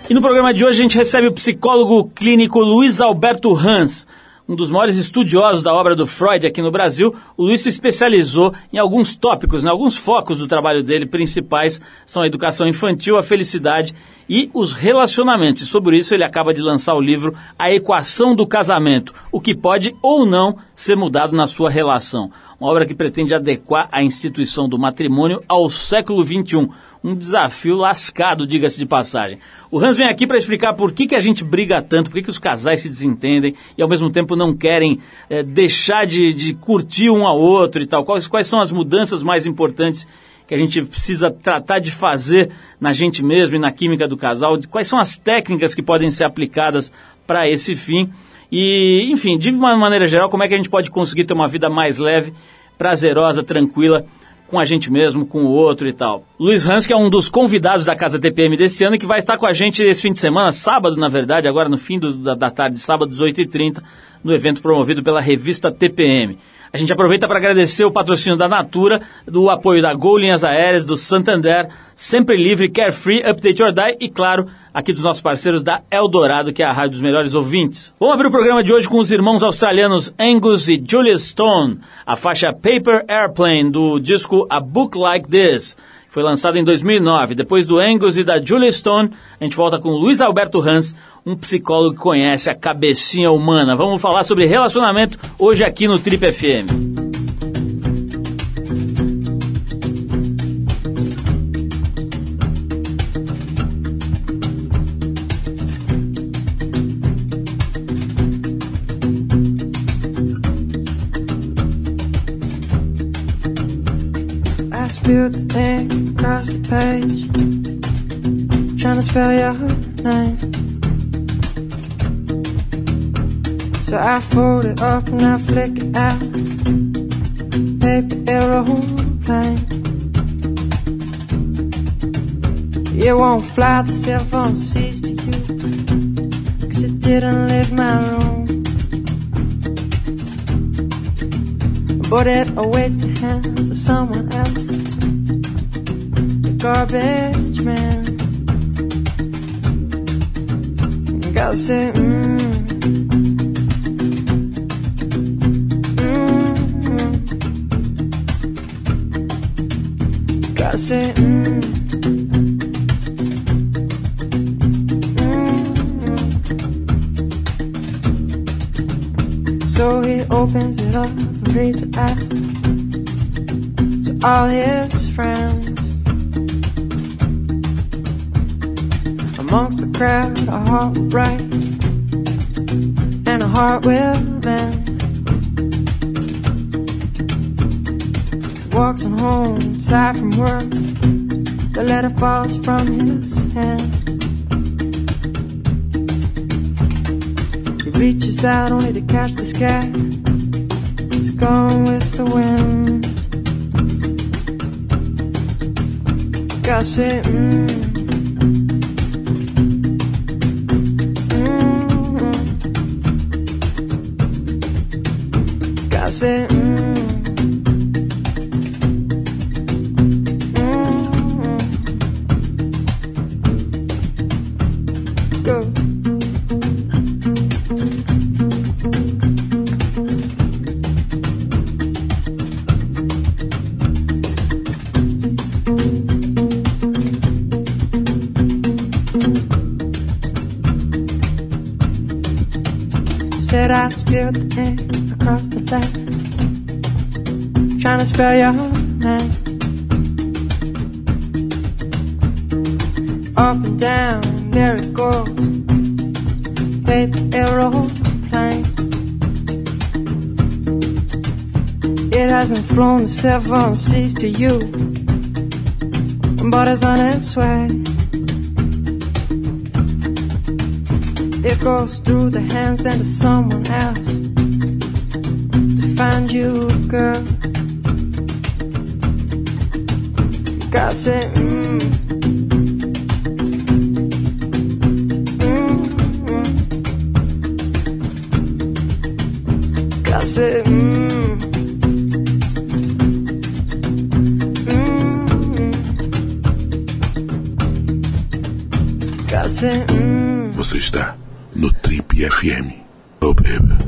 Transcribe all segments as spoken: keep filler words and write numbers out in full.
E no programa de hoje a gente recebe o psicólogo clínico Luiz Alberto Hans, um dos maiores estudiosos da obra do Freud aqui no Brasil. O Luiz se especializou em alguns tópicos, em alguns focos do trabalho dele principais, são a educação infantil, a felicidade e os relacionamentos. E sobre isso ele acaba de lançar o livro A Equação do Casamento, o que pode ou não ser mudado na sua relação. Uma obra que pretende adequar a instituição do matrimônio ao século vinte e um. Um desafio lascado, diga-se de passagem. O Hans vem aqui para explicar por que, que a gente briga tanto, por que, que os casais se desentendem e ao mesmo tempo não querem é, deixar de, de curtir um ao outro e tal. Quais, quais são as mudanças mais importantes que a gente precisa tratar de fazer na gente mesmo e na química do casal? Quais são as técnicas que podem ser aplicadas para esse fim? E, enfim, de uma maneira geral, como é que a gente pode conseguir ter uma vida mais leve, prazerosa, tranquila, com a gente mesmo, com o outro e tal. Luiz Hans, que é um dos convidados da Casa T P M desse ano e que vai estar com a gente esse fim de semana, sábado, na verdade, agora no fim do, da, da tarde, sábado, dezoito e trinta, no evento promovido pela revista T P M. A gente aproveita para agradecer o patrocínio da Natura, do apoio da Gol Linhas Aéreas, do Santander, Sempre Livre, Carefree, Update or Die e, claro, aqui dos nossos parceiros da Eldorado, que é a rádio dos melhores ouvintes. Vamos abrir o programa de hoje com os irmãos australianos Angus e Julia Stone, a faixa Paper Airplane do disco A Book Like This, que foi lançado em dois mil e nove. Depois do Angus e da Julia Stone, a gente volta com Luiz Alberto Hans, um psicólogo que conhece a cabecinha humana. Vamos falar sobre relacionamento hoje aqui no Trip F M. Spilled the ink across the page, trying to spell your name. So I fold it up and I flick it out. Paper aeroplane. It won't fly, the cell phone sees to you, 'cause it didn't leave my room, but it awaits the hands of someone else. Garbage man. Gotta say, mmm, mmm, gotta say, mmm, mmm. So he opens it up and reads it out to all his friends. Amongst the crowd, a heart will break and a heart will mend. Walks on home, tired from work. The letter falls from his hand. He reaches out only to catch the sky. It's gone with the wind. Gotta say, mmm. I say, mmm, mmm, go. Said I spilled the ink across the line, trying to spell your name. Up and down, there it goes, paper aeroplane. It hasn't flown the seven seas to you, but it's on its way. It goes through the hands and to someone else to find you, girl. Gotta say, mmm, mmm, mm. Gotta say, mmm, mmm, Gotta, mm. Você está no Trip F M. Oh, baby.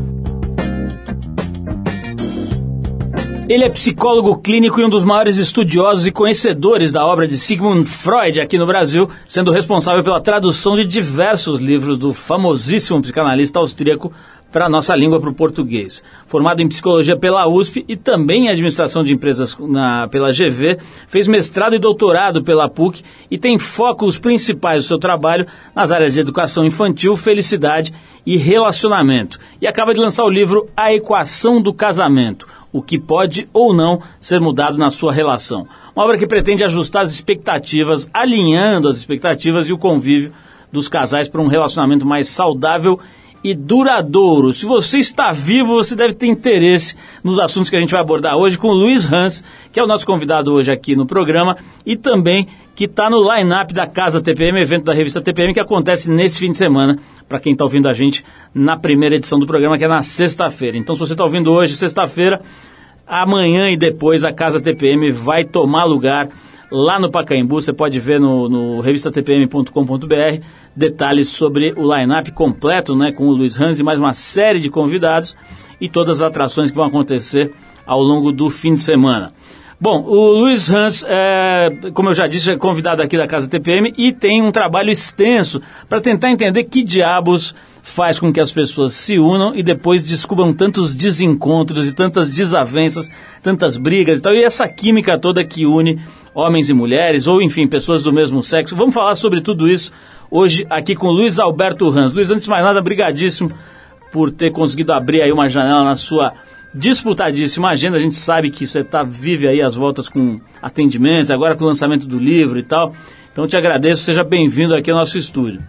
Ele é psicólogo clínico e um dos maiores estudiosos e conhecedores da obra de Sigmund Freud aqui no Brasil, sendo responsável pela tradução de diversos livros do famosíssimo psicanalista austríaco para a nossa língua, para o português. Formado em psicologia pela U S P e também em administração de empresas na, pela G V, fez mestrado e doutorado pela P U C e tem focos principais do seu trabalho nas áreas de educação infantil, felicidade e relacionamento. E acaba de lançar o livro A Equação do Casamento, o que pode ou não ser mudado na sua relação. Uma obra que pretende ajustar as expectativas, alinhando as expectativas e o convívio dos casais para um relacionamento mais saudável e duradouro. Se você está vivo, você deve ter interesse nos assuntos que a gente vai abordar hoje com o Luiz Hans, que é o nosso convidado hoje aqui no programa, e também que está no line-up da Casa T P M, evento da revista T P M, que acontece nesse fim de semana, para quem está ouvindo a gente na primeira edição do programa, que é na sexta-feira. Então, se você está ouvindo hoje, sexta-feira, amanhã e depois a Casa T P M vai tomar lugar lá no Pacaembu. Você pode ver no, no revista T P M ponto com ponto b r detalhes sobre o line-up completo, né, com o Luiz Hans e mais uma série de convidados e todas as atrações que vão acontecer ao longo do fim de semana. Bom, o Luiz Hans, é, como eu já disse, é convidado aqui da Casa T P M e tem um trabalho extenso para tentar entender que diabos faz com que as pessoas se unam e depois descubram tantos desencontros e tantas desavenças, tantas brigas e tal, e essa química toda que une homens e mulheres, ou enfim, pessoas do mesmo sexo. Vamos falar sobre tudo isso hoje aqui com o Luiz Alberto Hans. Luiz, antes de mais nada, brigadíssimo por ter conseguido abrir aí uma janela na sua disputadíssima agenda. A gente sabe que você tá, vive aí as voltas com atendimentos, agora com o lançamento do livro e tal. Então, te agradeço, seja bem-vindo aqui ao nosso estúdio.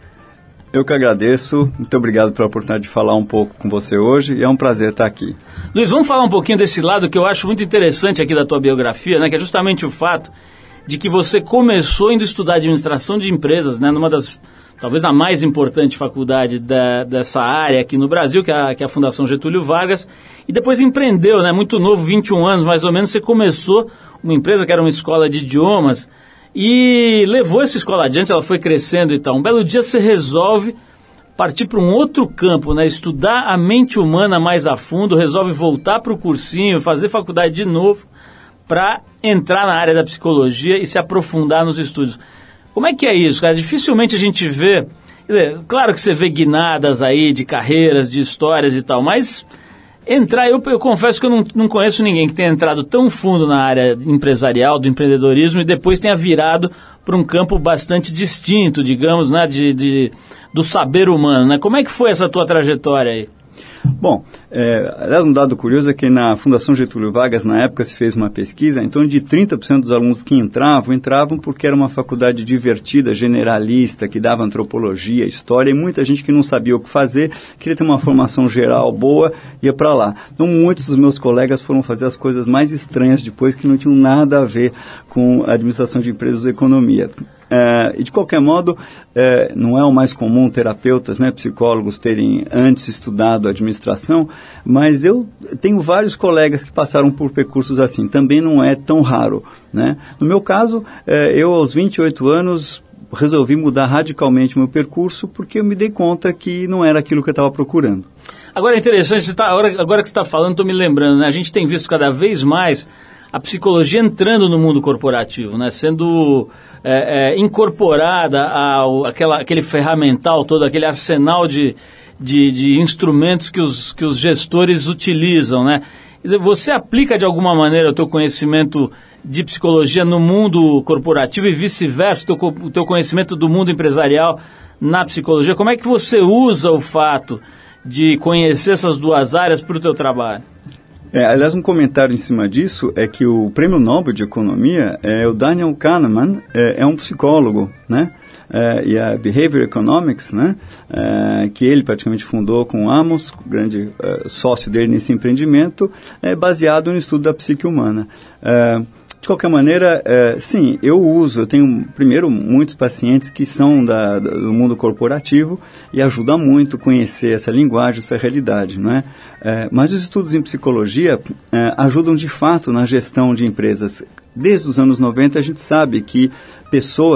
Eu que agradeço, muito obrigado pela oportunidade de falar um pouco com você hoje e é um prazer estar aqui. Luiz, vamos falar um pouquinho desse lado que eu acho muito interessante aqui da tua biografia, né, que é justamente o fato de que você começou indo estudar administração de empresas, né, numa das, talvez a mais importante faculdade da, dessa área aqui no Brasil, que é, a, que é a Fundação Getúlio Vargas, e depois empreendeu, né, muito novo, vinte e um anos mais ou menos, você começou uma empresa que era uma escola de idiomas, e levou essa escola adiante, ela foi crescendo e tal. Um belo dia você resolve partir para um outro campo, né? Estudar a mente humana mais a fundo, resolve voltar para o cursinho, fazer faculdade de novo, para entrar na área da psicologia e se aprofundar nos estudos. Como é que é isso, cara? Dificilmente a gente vê, quer dizer, claro que você vê guinadas aí de carreiras, de histórias e tal, mas entrar, eu, eu confesso que eu não, não conheço ninguém que tenha entrado tão fundo na área empresarial, do empreendedorismo, e depois tenha virado para um campo bastante distinto, digamos, né, de, de, do saber humano, né? Como é que foi essa tua trajetória aí? Bom, é, aliás, um dado curioso é que na Fundação Getúlio Vargas, na época, se fez uma pesquisa, em torno de trinta por cento dos alunos que entravam, entravam porque era uma faculdade divertida, generalista, que dava antropologia, história, e muita gente que não sabia o que fazer, queria ter uma formação geral boa, ia para lá. Então, muitos dos meus colegas foram fazer as coisas mais estranhas depois, que não tinham nada a ver com a administração de empresas ou economia. É, e de qualquer modo, é, não é o mais comum terapeutas, né, psicólogos terem antes estudado administração, mas eu tenho vários colegas que passaram por percursos assim, também não é tão raro, né? No meu caso, é, eu aos vinte e oito anos resolvi mudar radicalmente o meu percurso porque eu me dei conta que não era aquilo que eu estava procurando. Agora é interessante, você tá, agora, agora que você está falando, estou me lembrando, né? A gente tem visto cada vez mais a psicologia entrando no mundo corporativo, né? Sendo é, é, incorporada ao aquela, aquele ferramental todo, aquele arsenal de, de, de instrumentos que os, que os gestores utilizam, né? Quer dizer, você aplica de alguma maneira o teu conhecimento de psicologia no mundo corporativo e vice-versa, o teu, o teu conhecimento do mundo empresarial na psicologia? Como é que você usa o fato de conhecer essas duas áreas para o teu trabalho? É, aliás, um comentário em cima disso é que o Prêmio Nobel de Economia, é, o Daniel Kahneman, é, é um psicólogo, né? É, e a Behavior Economics, né? É, que ele praticamente fundou com o Amos, o grande é, sócio dele nesse empreendimento, é baseado no estudo da psique humana. É, De qualquer maneira, é, sim, eu uso, eu tenho, primeiro, muitos pacientes que são da, do mundo corporativo e ajuda muito conhecer essa linguagem, essa realidade, não é? É, mas os estudos em psicologia é, ajudam de fato na gestão de empresas. Desde os anos noventa a gente sabe que pessoas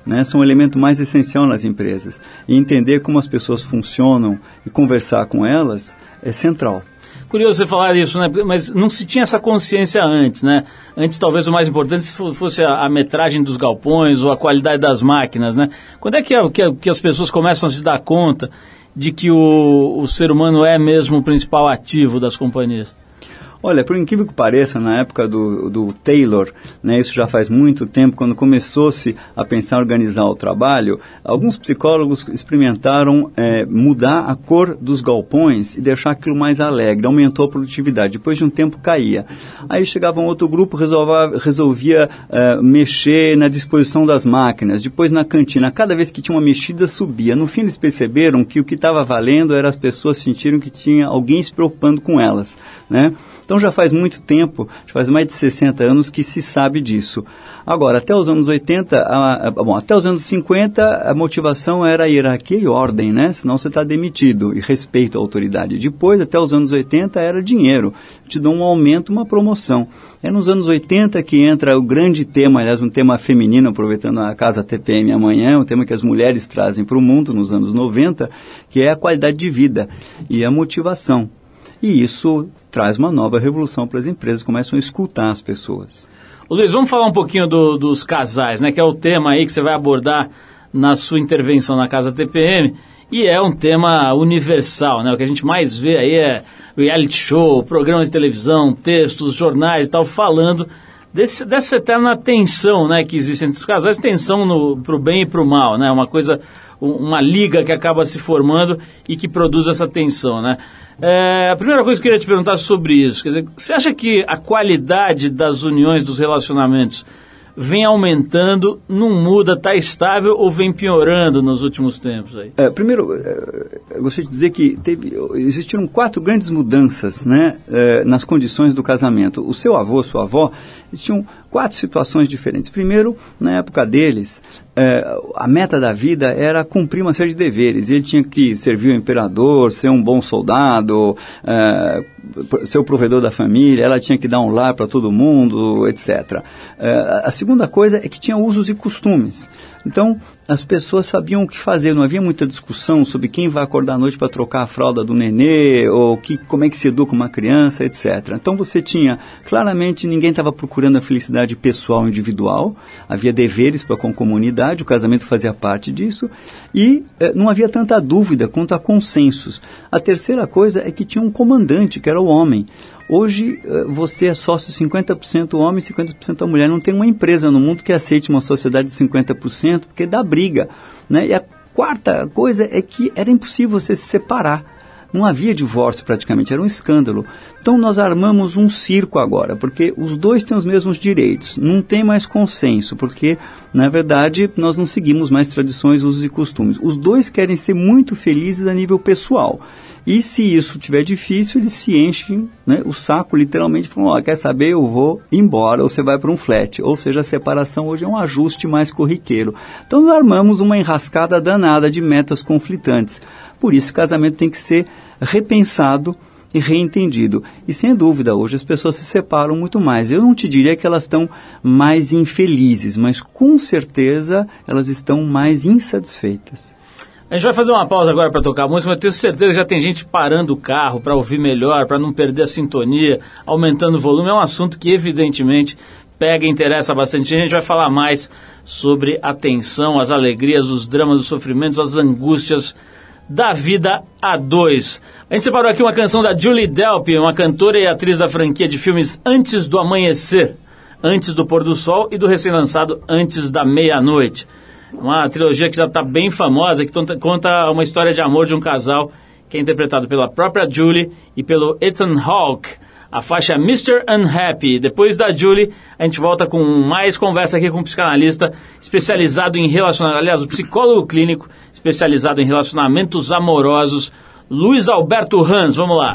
né, são um elemento mais essencial nas empresas. E entender como as pessoas funcionam e conversar com elas é central. Curioso você falar isso, né? Mas não se tinha essa consciência antes, né? Antes talvez o mais importante fosse a, a metragem dos galpões ou a qualidade das máquinas, né? Quando é que, é, que, que as pessoas começam a se dar conta de que o, o ser humano é mesmo o principal ativo das companhias? Olha, por incrível que pareça, na época do, do Taylor, né, isso já faz muito tempo, quando começou-se a pensar em organizar o trabalho, alguns psicólogos experimentaram é, mudar a cor dos galpões e deixar aquilo mais alegre, aumentou a produtividade, depois de um tempo caía. Aí chegava um outro grupo, resolvia, resolvia é, mexer na disposição das máquinas, depois na cantina, cada vez que tinha uma mexida subia. No fim eles perceberam que o que estava valendo era as pessoas sentirem que tinha alguém se preocupando com elas, né? Então já faz muito tempo, já faz mais de sessenta anos que se sabe disso. Agora, até os anos oitenta, a, a, bom, até os anos cinquenta, a motivação era a hierarquia e ordem, né? Senão você está demitido, e respeito à autoridade. Depois, até os anos oitenta, era dinheiro. Te dão um aumento, uma promoção. É nos anos oitenta que entra o grande tema, aliás, um tema feminino, aproveitando a Casa T P M amanhã, um tema que as mulheres trazem para o mundo nos anos noventa, que é a qualidade de vida e a motivação. E isso traz uma nova revolução para as empresas, começam a escutar as pessoas. Ô Luiz, vamos falar um pouquinho do, dos casais, né, que é o tema aí que você vai abordar na sua intervenção na Casa T P M, e é um tema universal, né, o que a gente mais vê aí é reality show, programas de televisão, textos, jornais e tal, falando desse, dessa eterna tensão, né, que existe entre os casais, tensão para o bem e para o mal, né, uma coisa, uma liga que acaba se formando e que produz essa tensão, né. É, a primeira coisa que eu queria te perguntar sobre isso, quer dizer, você acha que a qualidade das uniões, dos relacionamentos, vem aumentando, não muda, está estável ou vem piorando nos últimos tempos aí? É, primeiro, eu gostaria de dizer que teve, existiram quatro grandes mudanças, né, nas condições do casamento. O seu avô, sua avó, existiam quatro situações diferentes. Primeiro, na época deles, é, a meta da vida era cumprir uma série de deveres. Ele tinha que servir o imperador, ser um bom soldado, é, ser o provedor da família, ela tinha que dar um lar para todo mundo, etcétera. É, a segunda coisa é que tinha usos e costumes. Então, as pessoas sabiam o que fazer, não havia muita discussão sobre quem vai acordar à noite para trocar a fralda do nenê, ou que, como é que se educa uma criança, etcétera. Então, você tinha, claramente, ninguém estava procurando a felicidade pessoal individual, havia deveres para com a comunidade, o casamento fazia parte disso, e eh, não havia tanta dúvida quanto a consensos. A terceira coisa é que tinha um comandante, que era o homem. Hoje, você é sócio cinquenta por cento homem e cinquenta por cento a mulher. Não tem uma empresa no mundo que aceite uma sociedade de cinquenta por cento, porque dá briga, né? E a quarta coisa é que era impossível você se separar. Não havia divórcio praticamente, era um escândalo. Então nós armamos um circo agora, porque os dois têm os mesmos direitos. Não tem mais consenso, porque, na verdade, nós não seguimos mais tradições, usos e costumes. Os dois querem ser muito felizes a nível pessoal. E se isso estiver difícil, eles se enchem, né, o saco literalmente, falam, ó, quer saber, eu vou embora, ou você vai para um flat. Ou seja, a separação hoje é um ajuste mais corriqueiro. Então nós armamos uma enrascada danada de metas conflitantes. Por isso o casamento tem que ser repensado e reentendido. E sem dúvida, hoje as pessoas se separam muito mais. Eu não te diria que elas estão mais infelizes, mas com certeza elas estão mais insatisfeitas. A gente vai fazer uma pausa agora para tocar música, mas eu tenho certeza que já tem gente parando o carro para ouvir melhor, para não perder a sintonia, aumentando o volume. É um assunto que, evidentemente, pega e interessa bastante. A gente vai falar mais sobre a tensão, as alegrias, os dramas, os sofrimentos, as angústias da vida a dois. A gente separou aqui uma canção da Julie Delpy, uma cantora e atriz da franquia de filmes Antes do Amanhecer, Antes do Pôr do Sol e do recém-lançado Antes da Meia-Noite. Uma trilogia que já está bem famosa, que conta uma história de amor de um casal que é interpretado pela própria Julie e pelo Ethan Hawke. A faixa mister Unhappy. Depois da Julie, a gente volta com mais conversa aqui com um psicanalista especializado em relacionamento, aliás, o psicólogo clínico especializado em relacionamentos amorosos, Luiz Alberto Hans. Vamos lá.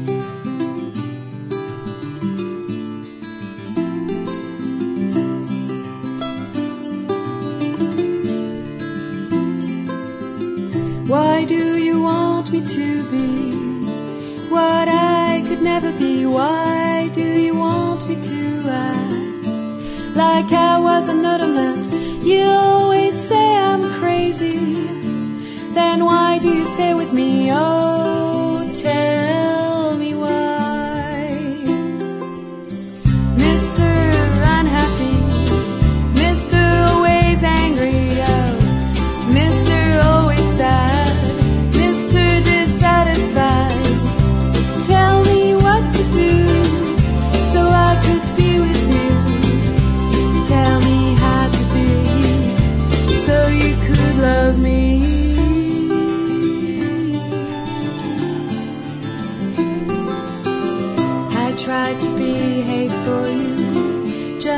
Why do you want me to be what I could never be? Why do you want me to act like I was another man? You always say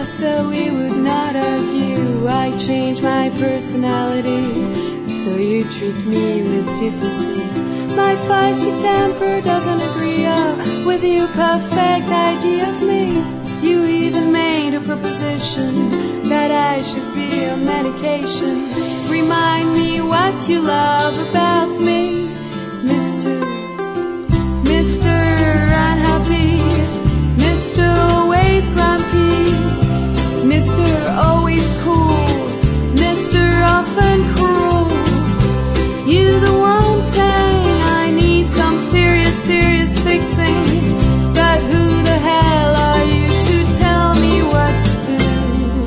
so we would not argue. I changed my personality, so you treat me with decency. My feisty temper doesn't agree oh, with your perfect idea of me. You even made a proposition that I should be on medication. Remind me what you love about me, Mister Mister Unhappy, Mister Always Grumpy, Mister Always Cool, Mister Often Cruel. You the one saying I need some serious, serious fixing. But who the hell are you to tell me what to do?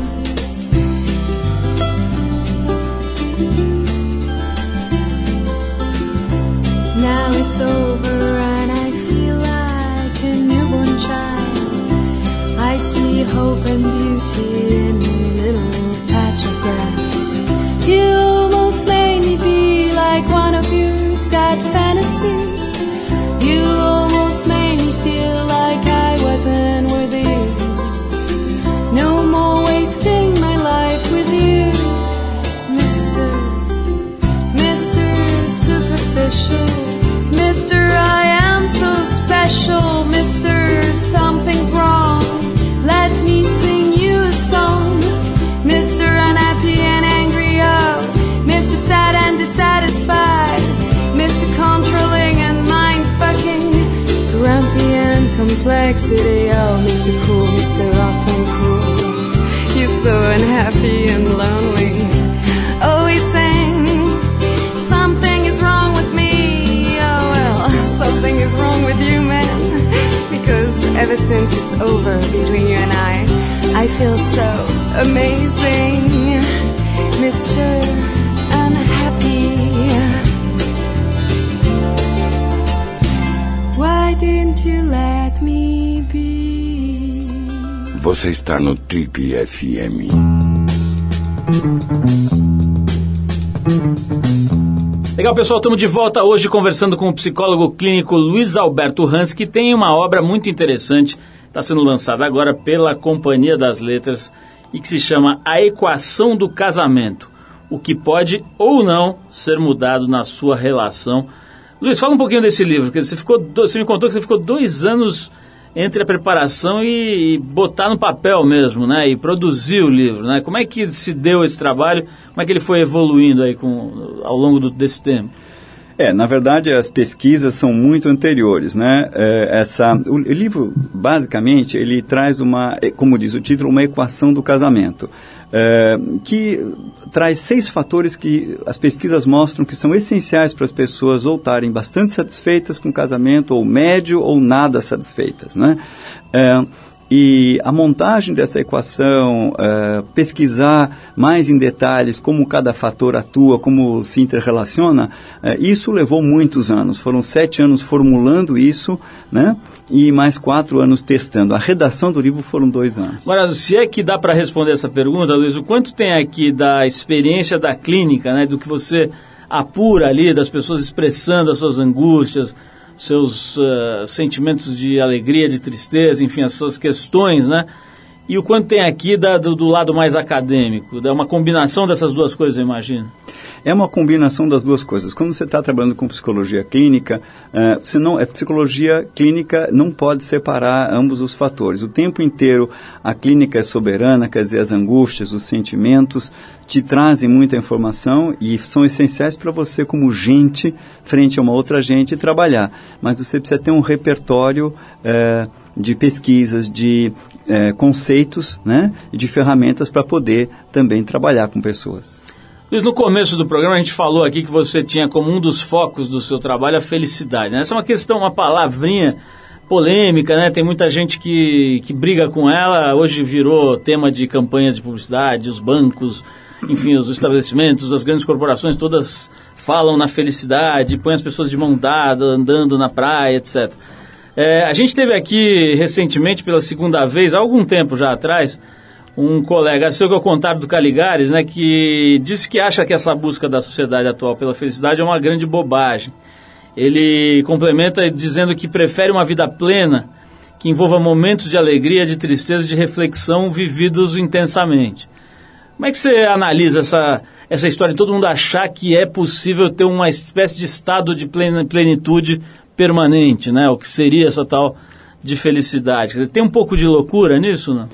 Now it's over and I feel like a newborn child. I see hope and beauty in a little patch of grass. You almost made me be like one of your sad fantasies. You almost made me feel like I wasn't worthy. No more wasting my life with you, Mister Mister Superficial, Mister I am so special, Mister Something's wrong. Let me sing you a song, Mister Unhappy and angry, oh, Mister Sad and dissatisfied, Mister Controlling and mind-fucking, grumpy and complexity, oh, Mister Cool, Mister Often Cruel. You're so unhappy and lonely, always saying something is wrong with me. Oh well, something is wrong with you, man, because ever since it's over between you and I, I feel so amazing, Mister Unhappy. Why didn't you let me be? Você está no Trip F M. Legal, pessoal, estamos de volta hoje conversando com o psicólogo clínico Luiz Alberto Hans, que tem uma obra muito interessante, está sendo lançada agora pela Companhia das Letras e que se chama A Equação do Casamento, o que pode ou não ser mudado na sua relação. Luiz, fala um pouquinho desse livro, porque você, ficou, você me contou que você ficou dois anos entre a preparação e, e botar no papel mesmo, né, e produzir o livro, né? Como é que se deu esse trabalho? Como é que ele foi evoluindo aí com, ao longo do, desse tempo? É, na verdade, as pesquisas são muito anteriores, né? É, essa, o, o livro, basicamente, ele traz uma, como diz o título, uma equação do casamento. É, que traz seis fatores que as pesquisas mostram que são essenciais para as pessoas ou estarem bastante satisfeitas com o casamento, ou médio, ou nada satisfeitas, né? É, e a montagem dessa equação, é, pesquisar mais em detalhes como cada fator atua, como se interrelaciona, é, isso levou muitos anos. Foram sete anos formulando isso, né? E mais quatro anos testando. A redação do livro foram dois anos. Agora, se é que dá para responder essa pergunta, Luiz, o quanto tem aqui da experiência da clínica, né, do que você apura ali, das pessoas expressando as suas angústias, seus uh, sentimentos de alegria, de tristeza, enfim, as suas questões, né? E o quanto tem aqui da, do, do lado mais acadêmico? É uma combinação dessas duas coisas, eu imagino. É uma combinação das duas coisas. Quando você está trabalhando com psicologia clínica, uh, você não, a psicologia clínica não pode separar ambos os fatores. O tempo inteiro a clínica é soberana, quer dizer, as angústias, os sentimentos te trazem muita informação e são essenciais para você como gente, frente a uma outra gente, trabalhar. Mas você precisa ter um repertório uh, de pesquisas, de uh, conceitos, né, e de ferramentas para poder também trabalhar com pessoas. Luiz, no começo do programa a gente falou aqui que você tinha como um dos focos do seu trabalho a felicidade, né? Essa é uma questão, uma palavrinha polêmica, né? Tem muita gente que, que briga com ela, hoje virou tema de campanhas de publicidade, os bancos, enfim, os estabelecimentos, as grandes corporações, todas falam na felicidade, põem as pessoas de mão dada, andando na praia, etcétera. É, a gente teve aqui recentemente, pela segunda vez, há algum tempo já atrás, um colega seu, que é o Contábil do Caligares, né, que disse que acha que essa busca da sociedade atual pela felicidade é uma grande bobagem. Ele complementa dizendo que prefere uma vida plena que envolva momentos de alegria, de tristeza, de reflexão vividos intensamente. Como é que você analisa essa, essa história de todo mundo achar que é possível ter uma espécie de estado de plenitude permanente, né? O que seria essa tal de felicidade? Quer dizer, tem um pouco de loucura nisso, não?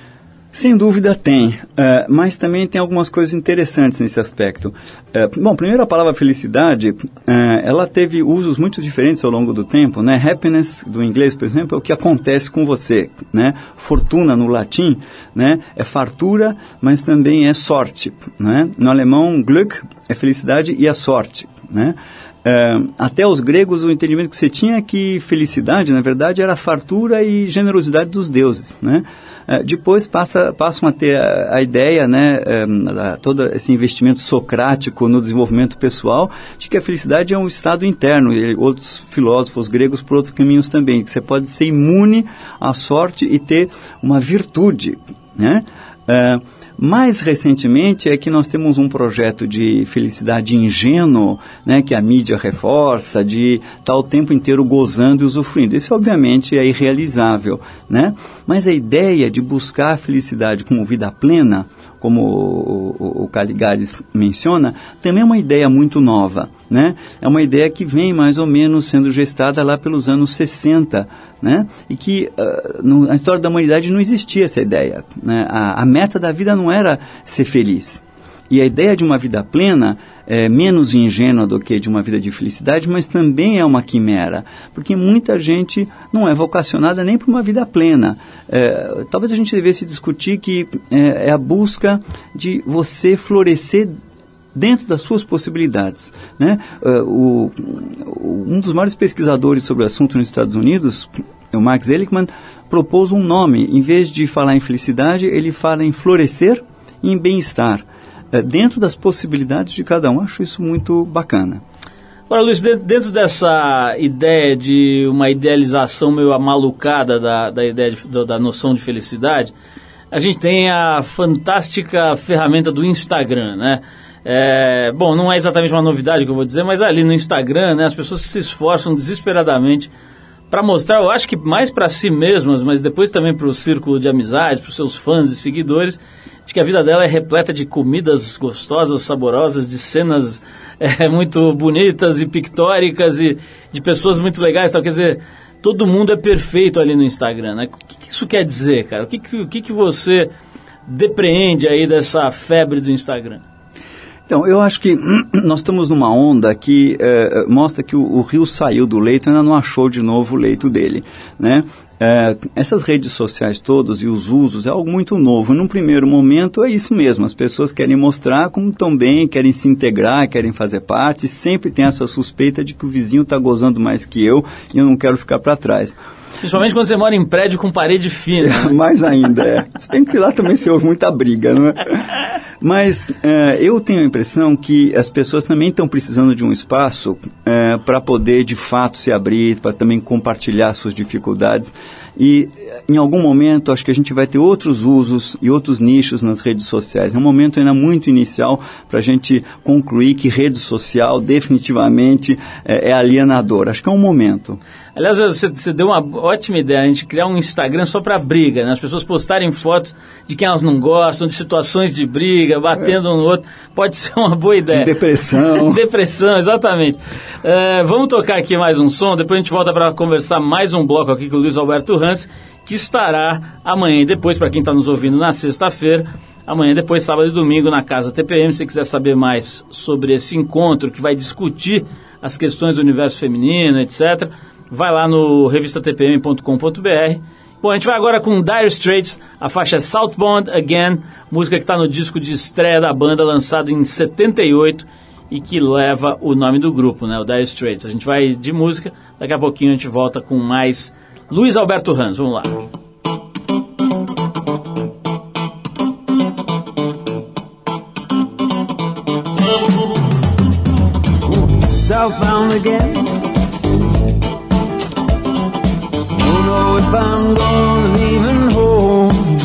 Sem dúvida tem, uh, mas também tem algumas coisas interessantes nesse aspecto. Uh, bom, primeiro a palavra felicidade, uh, ela teve usos muito diferentes ao longo do tempo, né? Happiness, do inglês, por exemplo, é o que acontece com você, né? Fortuna, no latim, né? É fartura, mas também é sorte, né? No alemão, Glück é felicidade e a sorte, né? Uh, até os gregos, o entendimento que você tinha é que felicidade, na verdade, era a fartura e generosidade dos deuses, né? Uh, depois passa, passam a ter a, a ideia, né, um, todo esse investimento socrático no desenvolvimento pessoal, de que a felicidade é um estado interno, e outros filósofos gregos por outros caminhos também, que você pode ser imune à sorte e ter uma virtude, né? Uh, mais recentemente é que nós temos um projeto de felicidade ingênuo, né, que a mídia reforça, de estar o tempo inteiro gozando e usufruindo. Isso, obviamente, é irrealizável, né? Mas a ideia de buscar a felicidade como vida plena, como o, o, o Caligares menciona, também é uma ideia muito nova, né? É uma ideia que vem mais ou menos sendo gestada lá pelos anos sessenta, né? E que uh, no, na história da humanidade não existia essa ideia, né? A, a meta da vida não era ser feliz. E a ideia de uma vida plena é menos ingênua do que de uma vida de felicidade, mas também é uma quimera, porque muita gente não é vocacionada nem para uma vida plena. É, talvez a gente devesse discutir que é, é a busca de você florescer dentro das suas possibilidades, né? Uh, o, um dos maiores pesquisadores sobre o assunto nos Estados Unidos, o Max Ehrlichman, propôs um nome. Em vez de falar em felicidade, ele fala em florescer e em bem-estar, uh, dentro das possibilidades de cada um. Acho isso muito bacana. Ora, Luiz, dentro dessa ideia de uma idealização meio amalucada da, da ideia de, da noção de felicidade, a gente tem a fantástica ferramenta do Instagram, né? É, bom, não é exatamente uma novidade que eu vou dizer, mas ali no Instagram, né, as pessoas se esforçam desesperadamente para mostrar, eu acho que mais para si mesmas, mas depois também para o círculo de amizade, para os seus fãs e seguidores, de que a vida dela é repleta de comidas gostosas, saborosas, de cenas é, muito bonitas e pictóricas e de pessoas muito legais, tal. Quer dizer, todo mundo é perfeito ali no Instagram, né? O que, que isso quer dizer, cara? O que, que, o que, que você depreende aí dessa febre do Instagram? Então, eu acho que nós estamos numa onda que eh, mostra que o, o rio saiu do leito e ainda não achou de novo o leito dele, né? Eh, essas redes sociais todas e os usos é algo muito novo. Num primeiro momento é isso mesmo, as pessoas querem mostrar como estão bem, querem se integrar, querem fazer parte, sempre tem essa suspeita de que o vizinho está gozando mais que eu e eu não quero ficar para trás. Principalmente quando você mora em prédio com parede fina. É, mais ainda, é. Se bem que lá também se ouve muita briga, não é? Mas é, eu tenho a impressão que as pessoas também estão precisando de um espaço é, para poder, de fato, se abrir, para também compartilhar suas dificuldades. E, em algum momento, acho que a gente vai ter outros usos e outros nichos nas redes sociais. É um momento ainda muito inicial para a gente concluir que rede social definitivamente é, é alienadora. Acho que é um momento. Aliás, você, você deu uma ótima ideia, a gente criar um Instagram só para briga, né? As pessoas postarem fotos de quem elas não gostam, de situações de briga, batendo um no outro. Pode ser uma boa ideia. De depressão. Depressão, exatamente. É, vamos tocar aqui mais um som, depois a gente volta para conversar mais um bloco aqui com o Luiz Alberto Hans, que estará amanhã e depois, para quem está nos ouvindo na sexta-feira, amanhã, depois, sábado e domingo, na Casa T P M. Se você quiser saber mais sobre esse encontro que vai discutir as questões do universo feminino, etcétera, vai lá no revista t p m ponto com ponto b r. Bom, a gente vai agora com Dire Straits, a faixa é Southbound Again, música que está no disco de estreia da banda, lançado em setenta e oito, e que leva o nome do grupo, né, o Dire Straits. A gente vai de música, daqui a pouquinho a gente volta com mais Luiz Alberto Hans. Vamos lá. Southbound again. Don't know if I'm gonna leave home.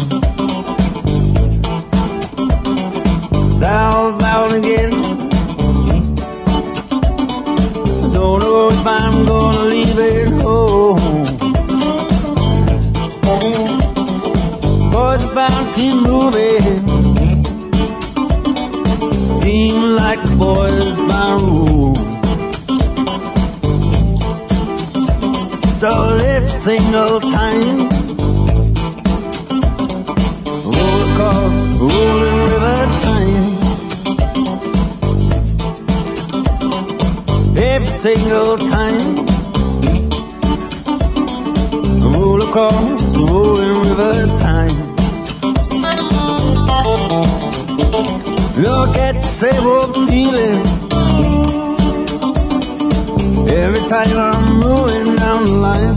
Southbound again. Don't know if I'm gonna leave it home. like boys by rule. So every single time, roll across rolling river time. Every single time, roll across the rolling river time. You'll get the same old feeling every time I'm moving down the line.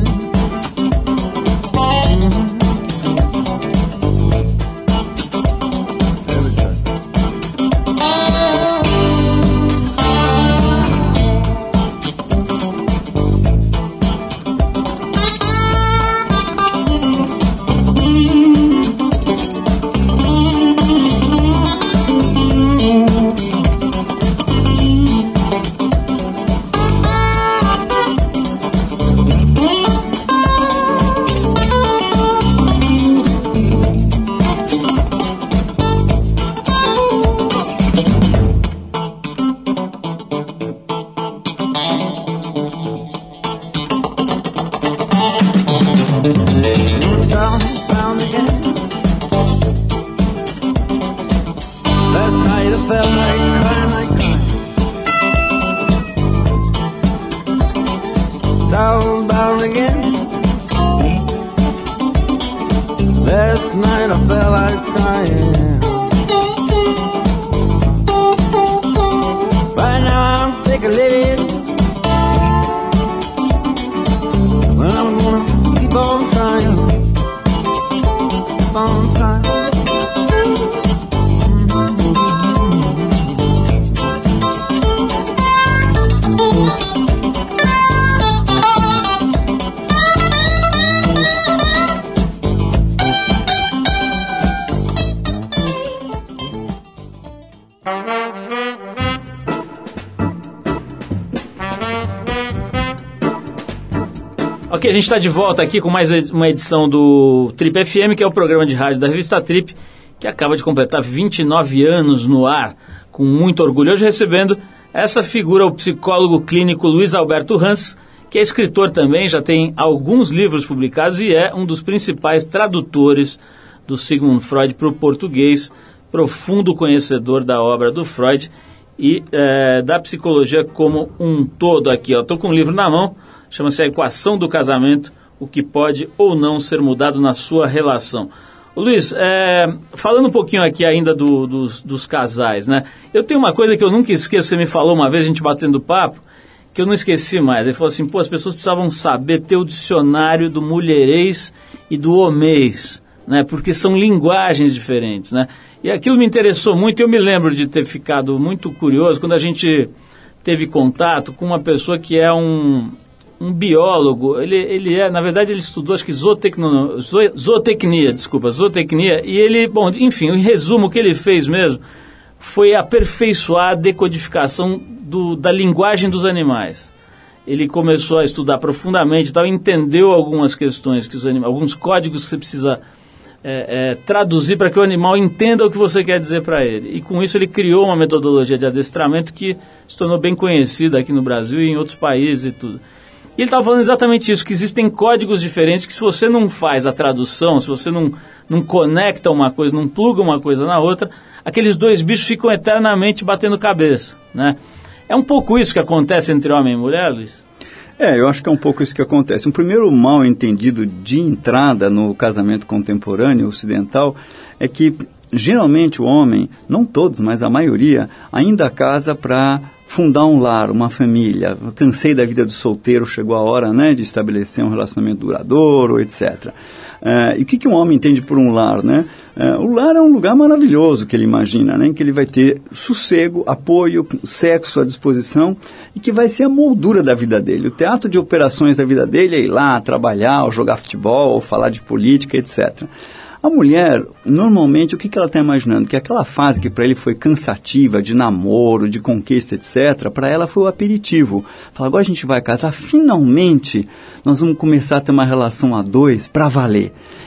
Ok, a gente está de volta aqui com mais uma edição do Trip F M, que é o programa de rádio da revista Trip, que acaba de completar vinte e nove anos no ar, com muito orgulho. Hoje recebendo essa figura, o psicólogo clínico Luiz Alberto Hans, que é escritor também, já tem alguns livros publicados e é um dos principais tradutores do Sigmund Freud para o português, profundo conhecedor da obra do Freud e é, da psicologia como um todo aqui. Estou com um livro na mão, chama-se A Equação do Casamento, o que pode ou não ser mudado na sua relação. Ô, Luiz, é, falando um pouquinho aqui ainda do, dos, dos casais, né? Eu tenho uma coisa que eu nunca esqueço, você me falou uma vez, a gente batendo papo, que eu não esqueci mais. Ele falou assim, pô, as pessoas precisavam saber ter o dicionário do mulherês e do homês, né? Porque são linguagens diferentes, né? E aquilo me interessou muito, eu me lembro de ter ficado muito curioso quando a gente teve contato com uma pessoa que é um... um biólogo, ele, ele é, na verdade ele estudou, acho que zootecno, zo, zootecnia, desculpa, zootecnia, e ele, bom, enfim, em resumo, o que ele fez mesmo foi aperfeiçoar a decodificação do, da linguagem dos animais. Ele começou a estudar profundamente e tal, entendeu algumas questões, que os animais, alguns códigos que você precisa é, é, traduzir para que o animal entenda o que você quer dizer para ele. E com isso ele criou uma metodologia de adestramento que se tornou bem conhecida aqui no Brasil e em outros países e tudo. E ele estava falando exatamente isso, que existem códigos diferentes que se você não faz a tradução, se você não, não conecta uma coisa, não pluga uma coisa na outra, aqueles dois bichos ficam eternamente batendo cabeça, né? É um pouco isso que acontece entre homem e mulher, Luiz? É, eu acho que é um pouco isso que acontece. Um primeiro mal entendido de entrada no casamento contemporâneo ocidental é que, geralmente, o homem, não todos, mas a maioria, ainda casa para fundar um lar, uma família. Eu cansei da vida do solteiro, chegou a hora, né, de estabelecer um relacionamento duradouro, etcétera. Uh, e o que, que um homem entende por um lar, né? Uh, o lar é um lugar maravilhoso que ele imagina, né? Em que ele vai ter sossego, apoio, sexo à disposição e que vai ser a moldura da vida dele. O teatro de operações da vida dele é ir lá, trabalhar, ou jogar futebol, ou falar de política, etcétera. A mulher, normalmente, o que, que ela está imaginando? Que aquela fase que para ele foi cansativa, de namoro, de conquista, etcétera, para ela foi o aperitivo. Fala, agora a gente vai casar, finalmente nós vamos começar a ter uma relação a dois para valer.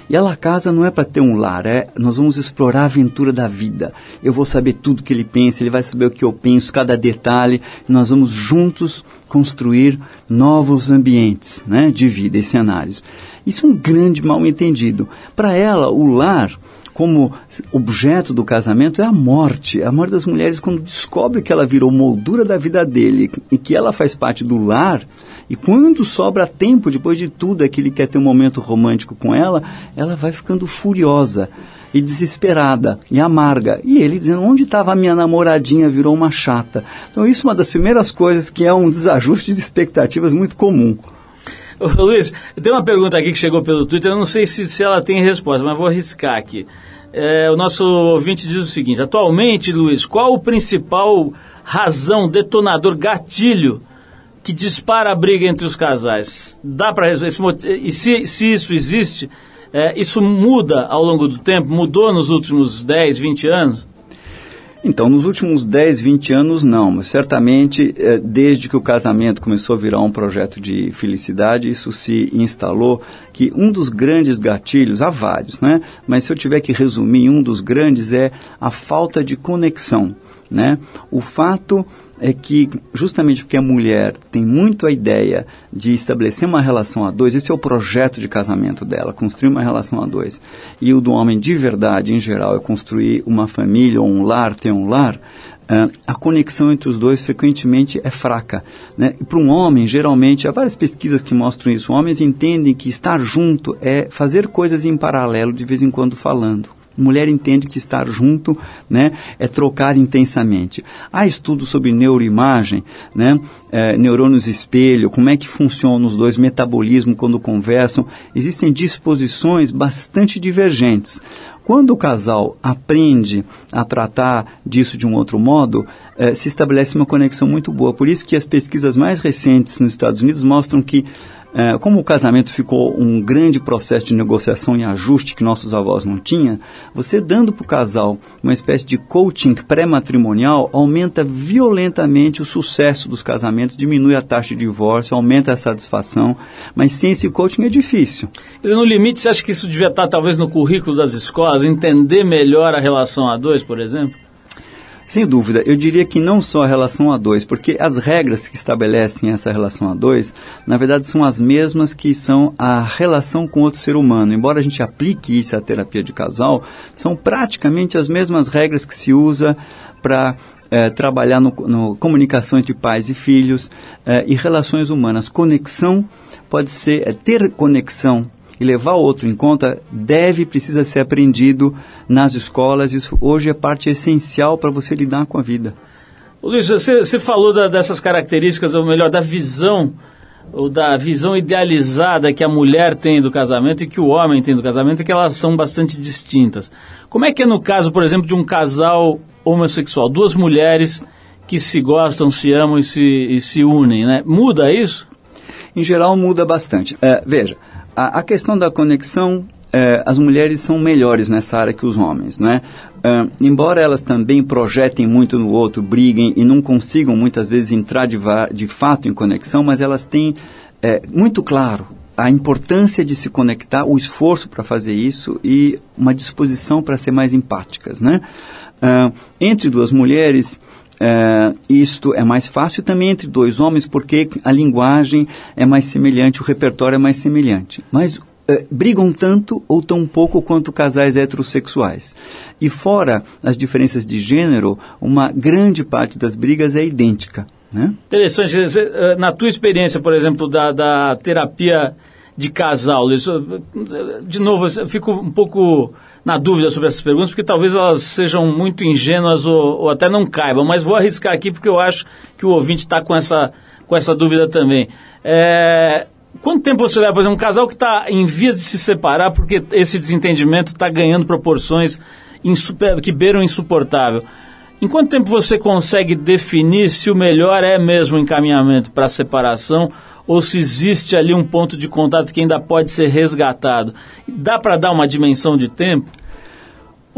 E ela casa não é para ter um lar, é nós vamos explorar a aventura da vida. Eu vou saber tudo que ele pensa, ele vai saber o que eu penso, cada detalhe, e nós vamos juntos construir novos ambientes, né, de vida e cenários. Isso é um grande mal-entendido. Para ela, o lar, como objeto do casamento, é a morte. A morte das mulheres, quando descobre que ela virou moldura da vida dele e que ela faz parte do lar, e quando sobra tempo, depois de tudo, é que ele quer ter um momento romântico com ela, ela vai ficando furiosa e desesperada e amarga. E ele dizendo, onde estava a minha namoradinha, virou uma chata. Então isso é uma das primeiras coisas que é um desajuste de expectativas muito comum. Ô, Luiz, tem uma pergunta aqui que chegou pelo Twitter, eu não sei se, se ela tem resposta, mas vou arriscar aqui. É, o nosso ouvinte diz o seguinte, atualmente, Luiz, qual o principal razão, detonador, gatilho que dispara a briga entre os casais? Dá para resolver? E se, se isso existe, é, isso muda ao longo do tempo? Mudou nos últimos dez, vinte anos? Então, nos últimos dez, vinte anos, não. Mas certamente, eh, desde que o casamento começou a virar um projeto de felicidade, isso se instalou, que um dos grandes gatilhos, há vários, né? Mas se eu tiver que resumir, um dos grandes é a falta de conexão, né? O fato é que, justamente porque a mulher tem muito a ideia de estabelecer uma relação a dois, esse é o projeto de casamento dela, construir uma relação a dois, e o do homem de verdade, em geral, é construir uma família ou um lar, ter um lar, uh, a conexão entre os dois frequentemente é fraca, né? E para um homem, geralmente, há várias pesquisas que mostram isso, homens entendem que estar junto é fazer coisas em paralelo, de vez em quando falando. Mulher entende que estar junto, né, é trocar intensamente. Há estudos sobre neuroimagem, né, é, neurônios espelho, como é que funcionam os dois, metabolismo quando conversam. Existem disposições bastante divergentes. Quando o casal aprende a tratar disso de um outro modo, eh, se estabelece uma conexão muito boa. Por isso que as pesquisas mais recentes nos Estados Unidos mostram que, eh, como o casamento ficou um grande processo de negociação e ajuste que nossos avós não tinham, você dando para o casal uma espécie de coaching pré-matrimonial aumenta violentamente o sucesso dos casamentos, diminui a taxa de divórcio, aumenta a satisfação, mas sem esse coaching é difícil. Quer dizer, no limite, você acha que isso devia estar talvez no currículo das escolas, entender melhor a relação a dois, por exemplo? Sem dúvida, eu diria que não só a relação a dois, porque as regras que estabelecem essa relação a dois, na verdade são as mesmas que são a relação com outro ser humano. Embora a gente aplique isso à terapia de casal, são praticamente as mesmas regras que se usa para É, trabalhar no, no comunicação entre pais e filhos é, e relações humanas. Conexão pode ser, é, ter conexão e levar o outro em conta deve, precisa ser aprendido nas escolas. Isso hoje é parte essencial para você lidar com a vida. Luiz, você, você falou da, dessas características, ou melhor, da visão, ou da visão idealizada que a mulher tem do casamento e que o homem tem do casamento, e que elas são bastante distintas. Como é que é no caso, por exemplo, de um casal homossexual, duas mulheres que se gostam, se amam e se, e se unem, né? Muda isso? Em geral, muda bastante. É, veja, a, a questão da conexão, é, as mulheres são melhores nessa área que os homens, né? É, embora elas também projetem muito no outro, briguem e não consigam muitas vezes entrar de, de fato em conexão, mas elas têm é, muito claro a importância de se conectar, o esforço para fazer isso e uma disposição para ser mais empáticas, né? Uh, entre duas mulheres, uh, isto é mais fácil, também entre dois homens, porque a linguagem é mais semelhante, o repertório é mais semelhante. Mas uh, brigam tanto ou tão pouco quanto casais heterossexuais. E fora as diferenças de gênero, uma grande parte das brigas é idêntica, né? Interessante. Na tua experiência, por exemplo, da, da terapia de casal, isso, de novo, eu fico um pouco na dúvida sobre essas perguntas, porque talvez elas sejam muito ingênuas ou, ou até não caibam, mas vou arriscar aqui porque eu acho que o ouvinte está com essa, com essa dúvida também. É, quanto tempo você leva, por exemplo, um casal que está em vias de se separar porque esse desentendimento está ganhando proporções insuper, que beiram insuportável? Em quanto tempo você consegue definir se o melhor é mesmo o encaminhamento para a separação ou se existe ali um ponto de contato que ainda pode ser resgatado? Dá para dar uma dimensão de tempo?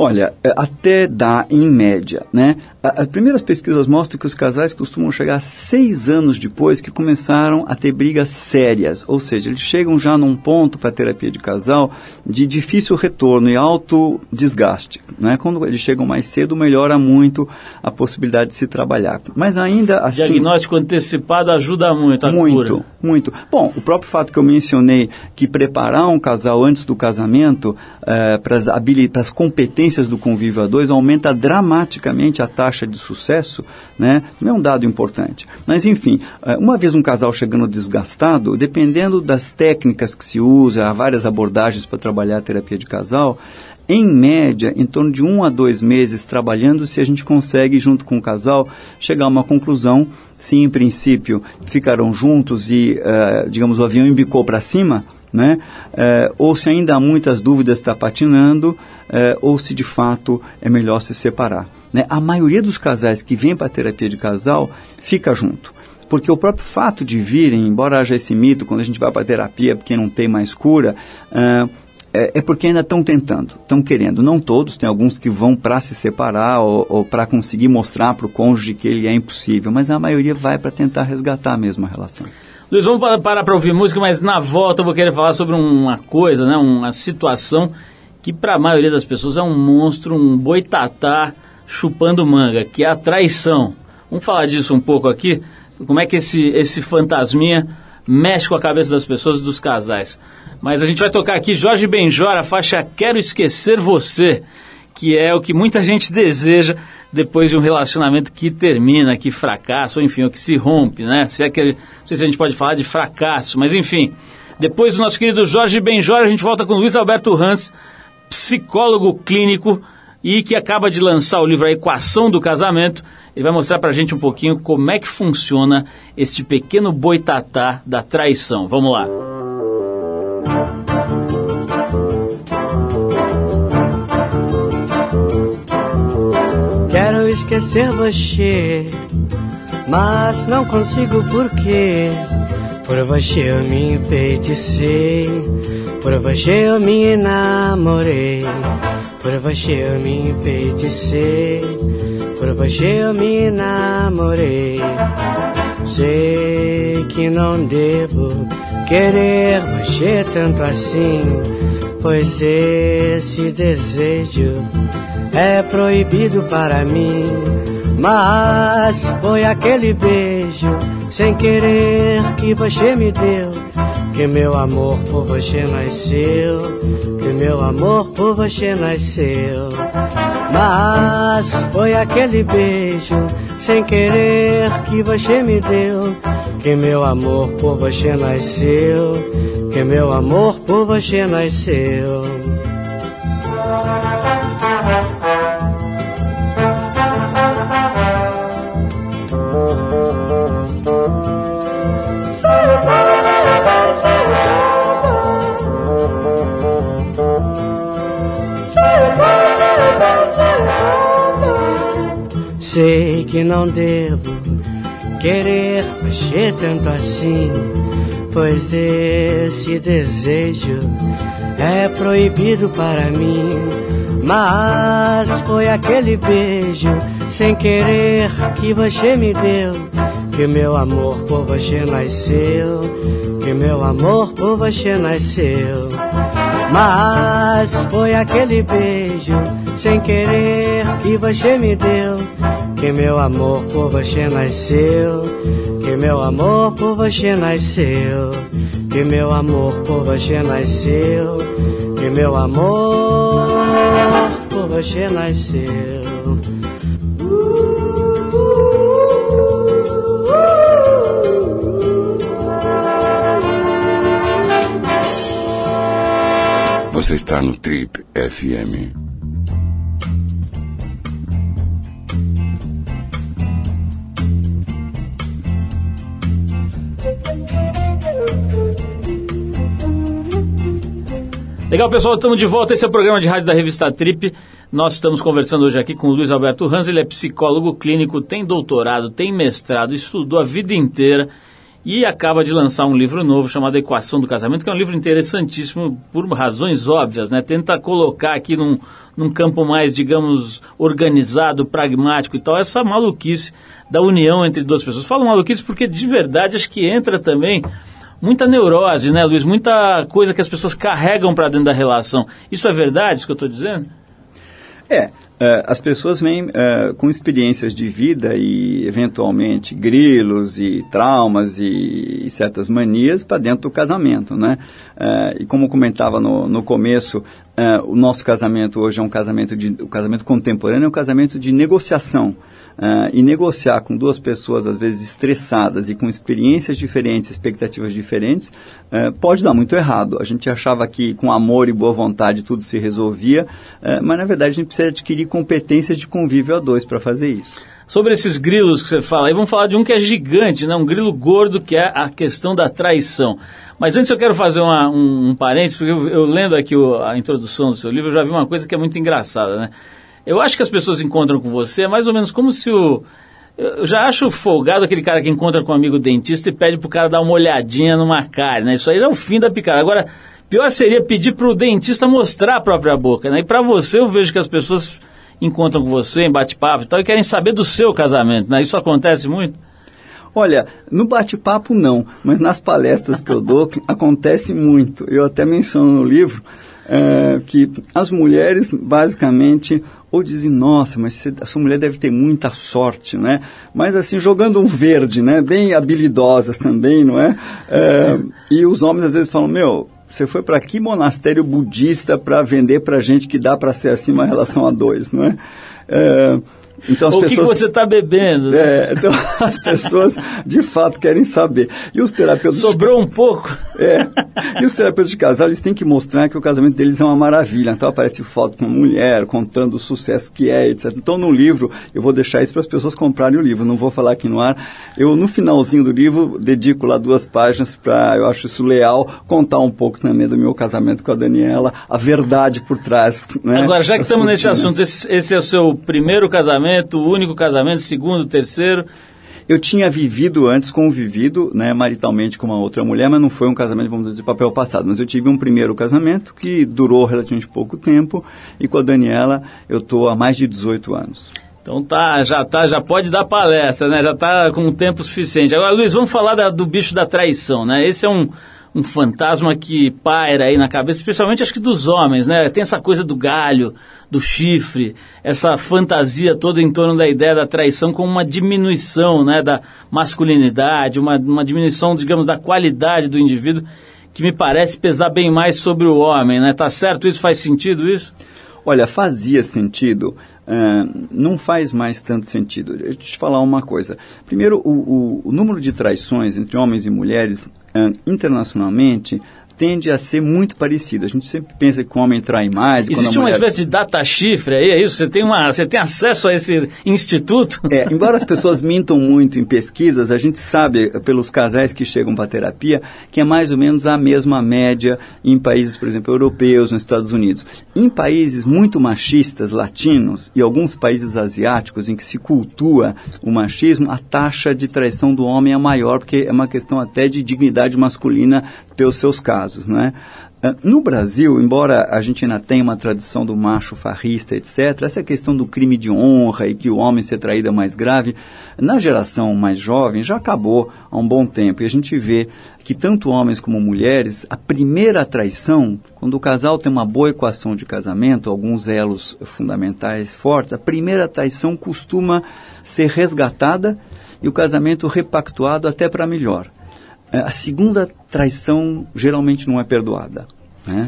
Olha, até dá em média, né? As primeiras pesquisas mostram que os casais costumam chegar seis anos depois que começaram a ter brigas sérias, ou seja, eles chegam já num ponto para a terapia de casal de difícil retorno e alto desgaste, né? Quando eles chegam mais cedo, melhora muito a possibilidade de se trabalhar. Mas ainda assim... Diagnóstico antecipado ajuda muito a muito, cura. Muito, muito. Bom, o próprio fato que eu mencionei que preparar um casal antes do casamento eh, para as competências do convívio a dois aumenta dramaticamente a taxa de sucesso, né? Não é um dado importante. Mas, enfim, uma vez um casal chegando desgastado, dependendo das técnicas que se usa, há várias abordagens para trabalhar a terapia de casal, em média, em torno de um a dois meses trabalhando, se a gente consegue, junto com o casal, chegar a uma conclusão, se em princípio ficarão juntos e, uh, digamos, o avião embicou para cima, né? Uh, ou se ainda há muitas dúvidas, está patinando, uh, ou se de fato é melhor se separar, né? A maioria dos casais que vêm para a terapia de casal fica junto. Porque o próprio fato de virem, embora haja esse mito, quando a gente vai para a terapia porque não tem mais cura, uh, é, é porque ainda estão tentando, estão querendo. Não todos, tem alguns que vão para se separar ou, ou para conseguir mostrar para o cônjuge que ele é impossível, mas a maioria vai para tentar resgatar mesmo a relação. Luiz, vamos parar para ouvir música, mas na volta eu vou querer falar sobre uma coisa, né, uma situação que para a maioria das pessoas é um monstro, um boitatá chupando manga, que é a traição. Vamos falar disso um pouco aqui, como é que esse, esse fantasminha mexe com a cabeça das pessoas e dos casais. Mas a gente vai tocar aqui Jorge Benjor, a faixa Quero Esquecer Você, que é o que muita gente deseja depois de um relacionamento que termina, que fracassa, ou enfim, ou que se rompe, né? Se é que, não sei se a gente pode falar de fracasso, mas enfim. Depois do nosso querido Jorge Benjor, a gente volta com Luiz Alberto Hans, psicólogo clínico, e que acaba de lançar o livro A Equação do Casamento. Ele vai mostrar pra gente um pouquinho como é que funciona este pequeno boitatá da traição. Vamos lá. Quero esquecer você, mas não consigo porque por você eu me enfeiticei, por você eu me enamorei, por você eu me enfeiticei, por você eu me enamorei. Sei que não devo querer você tanto assim, pois esse desejo é proibido para mim. Mas foi aquele beijo sem querer que você me deu, que meu amor por você nasceu, que meu amor por você nasceu. Mas foi aquele beijo sem querer que você me deu, que meu amor por você nasceu, que meu amor por você nasceu. Sei que não devo querer você tanto assim, pois esse desejo é proibido para mim. Mas foi aquele beijo sem querer que você me deu, que meu amor por você nasceu, que meu amor por você nasceu. Mas foi aquele beijo sem querer que você me deu, que meu amor por você nasceu, que meu amor por você nasceu, que meu amor por você nasceu, que meu amor por você nasceu. Você está no Trip F M. Legal, pessoal, estamos de volta. Esse é o programa de rádio da revista Trip. Nós estamos conversando hoje aqui com o Luiz Alberto Hans. Ele é psicólogo clínico, tem doutorado, tem mestrado, estudou a vida inteira e acaba de lançar um livro novo chamado Equação do Casamento, que é um livro interessantíssimo por razões óbvias, né? Tenta colocar aqui num, num campo mais, digamos, organizado, pragmático e tal, essa maluquice da união entre duas pessoas. Falo maluquice porque, de verdade, acho que entra também muita neurose, né, Luiz? Muita coisa que as pessoas carregam para dentro da relação. Isso é verdade, isso que eu estou dizendo? É. Uh, as pessoas vêm uh, com experiências de vida e, eventualmente, grilos e traumas e, e certas manias para dentro do casamento, né? Uh, e como comentava no, no começo, uh, o nosso casamento hoje é um casamento, de, o casamento contemporâneo é um casamento de negociação. Uh, e negociar com duas pessoas, às vezes, estressadas e com experiências diferentes, expectativas diferentes, uh, pode dar muito errado. A gente achava que com amor e boa vontade tudo se resolvia, uh, mas, na verdade, a gente precisa adquirir competências de convívio a dois para fazer isso. Sobre esses grilos que você fala, aí vamos falar de um que é gigante, né? Um grilo gordo, que é a questão da traição. Mas antes eu quero fazer uma, um, um parênteses, porque eu, eu lendo aqui o, a introdução do seu livro, eu já vi uma coisa que é muito engraçada, né? Eu acho que as pessoas encontram com você, é mais ou menos como se o... Eu já acho folgado aquele cara que encontra com um amigo dentista e pede pro cara dar uma olhadinha numa cárie, né? Isso aí já é o fim da picada. Agora, pior seria pedir pro dentista mostrar a própria boca, né? E pra você, eu vejo que as pessoas encontram com você em bate-papo e tal e querem saber do seu casamento, né? Isso acontece muito? Olha, no bate-papo não, mas nas palestras que eu dou acontece muito. Eu até menciono no livro é, que as mulheres, basicamente, ou dizem, nossa, mas você, a sua mulher deve ter muita sorte, né? Mas assim, jogando um verde, né? Bem habilidosas também, não é? é e os homens às vezes falam, meu, você foi para que monastério budista para vender para gente que dá para ser assim uma relação a dois, não é? é Então, as Ou o pessoas, que você está bebendo? Né? É, então as pessoas de fato querem saber. E os terapeutas... Sobrou um pouco? É. E os terapeutas de casal, eles têm que mostrar que o casamento deles é uma maravilha. Então aparece foto com uma mulher, contando o sucesso que é, etcétera. Então no livro, eu vou deixar isso para as pessoas comprarem o livro, não vou falar aqui no ar. Eu, no finalzinho do livro, dedico lá duas páginas para, eu acho isso leal, contar um pouco também do meu casamento com a Daniela, a verdade por trás. Né, Agora, já que estamos nesse cortinas. assunto, esse, esse é o seu primeiro casamento, o único casamento, segundo, terceiro? Eu tinha vivido antes, convivido, né, maritalmente com uma outra mulher, mas não foi um casamento, vamos dizer, de papel passado. Mas eu tive um primeiro casamento que durou relativamente pouco tempo e com a Daniela eu estou há mais de dezoito anos. Então tá, já tá, já pode dar palestra, né? Já tá com tempo suficiente. Agora, Luiz, vamos falar da, do bicho da traição, né? Esse é um... um fantasma que paira aí na cabeça, especialmente acho que dos homens, né? Tem essa coisa do galho, do chifre, essa fantasia toda em torno da ideia da traição como uma diminuição, né, da masculinidade, uma, uma diminuição, digamos, da qualidade do indivíduo, que me parece pesar bem mais sobre o homem, né? Tá certo isso? Faz sentido isso? Olha, fazia sentido, uh, não faz mais tanto sentido. Deixa eu te falar uma coisa. Primeiro, o, o, o número de traições entre homens e mulheres, uh, internacionalmente, tende a ser muito parecido. A gente sempre pensa que o homem trai mais. Existe uma mulher... espécie de data chifre aí, é isso? Você tem, uma, você tem acesso a esse instituto? É, embora as pessoas mintam muito em pesquisas, a gente sabe, pelos casais que chegam para a terapia, que é mais ou menos a mesma média em países, por exemplo, europeus, nos Estados Unidos. Em países muito machistas, latinos, e alguns países asiáticos, em que se cultua o machismo, a taxa de traição do homem é maior, porque é uma questão até de dignidade masculina ter os seus casos. Né? No Brasil, embora a gente ainda tenha uma tradição do macho farrista, etcétera, essa questão do crime de honra e que o homem ser traído é mais grave, na geração mais jovem já acabou há um bom tempo. E a gente vê que tanto homens como mulheres, a primeira traição, quando o casal tem uma boa equação de casamento, alguns elos fundamentais fortes, a primeira traição costuma ser resgatada e o casamento repactuado até para melhor. A segunda traição geralmente não é perdoada, né?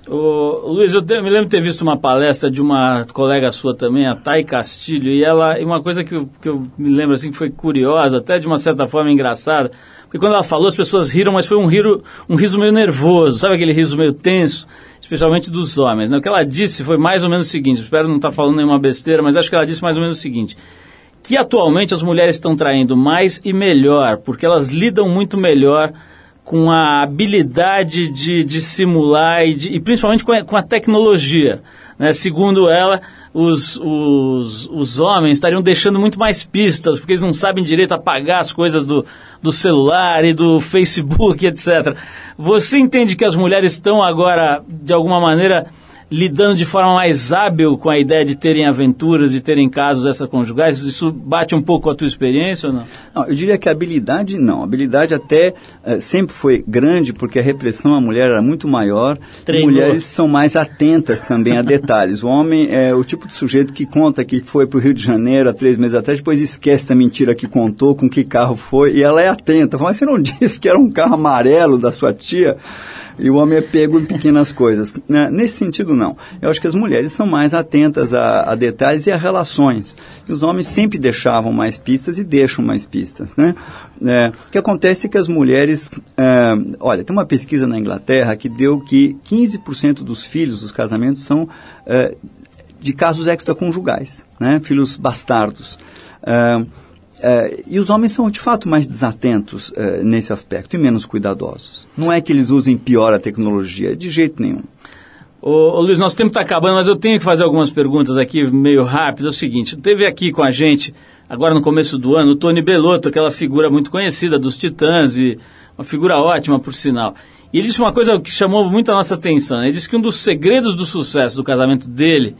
Ô, Luiz, eu te, me lembro de ter visto uma palestra de uma colega sua também, a Thay Castilho, e ela, e uma coisa que eu, que eu me lembro assim que foi curiosa, até de uma certa forma engraçada, porque quando ela falou as pessoas riram, mas foi um, riro, um riso meio nervoso, sabe aquele riso meio tenso, especialmente dos homens, né? O que ela disse foi mais ou menos o seguinte, espero não estar falando nenhuma besteira, mas acho que ela disse mais ou menos o seguinte, que atualmente as mulheres estão traindo mais e melhor, porque elas lidam muito melhor com a habilidade de dissimular e, de, e principalmente com a, com a tecnologia. Né? Segundo ela, os, os, os homens estariam deixando muito mais pistas, porque eles não sabem direito apagar as coisas do, do celular e do Facebook, etcétera. Você entende que as mulheres estão agora, de alguma maneira, lidando de forma mais hábil com a ideia de terem aventuras, de terem casos extraconjugais? Isso bate um pouco com a tua experiência ou não? Não, eu diria que a habilidade não. A habilidade até uh, sempre foi grande, porque a repressão à mulher era muito maior. E mulheres são mais atentas também a detalhes. O homem é o tipo de sujeito que conta que foi para o Rio de Janeiro há três meses atrás, depois esquece da mentira que contou, com que carro foi, e ela é atenta. Mas você não disse que era um carro amarelo da sua tia? E o homem é pego em pequenas coisas. Nesse sentido, não. Eu acho que as mulheres são mais atentas a, a detalhes e a relações. E os homens sempre deixavam mais pistas e deixam mais pistas, né? É, o que acontece é que as mulheres... É, olha, tem uma pesquisa na Inglaterra que deu que quinze por cento dos filhos dos casamentos são é, de casos extraconjugais, né? Filhos bastardos. É, Uh, e os homens são, de fato, mais desatentos uh, nesse aspecto e menos cuidadosos. Não é que eles usem pior a tecnologia, de jeito nenhum. Ô, ô Luiz, nosso tempo está acabando, mas eu tenho que fazer algumas perguntas aqui meio rápido. É o seguinte, teve aqui com a gente, agora no começo do ano, o Tony Bellotto, aquela figura muito conhecida dos Titãs, e uma figura ótima, por sinal. E ele disse uma coisa que chamou muito a nossa atenção, né? Ele disse que um dos segredos do sucesso do casamento dele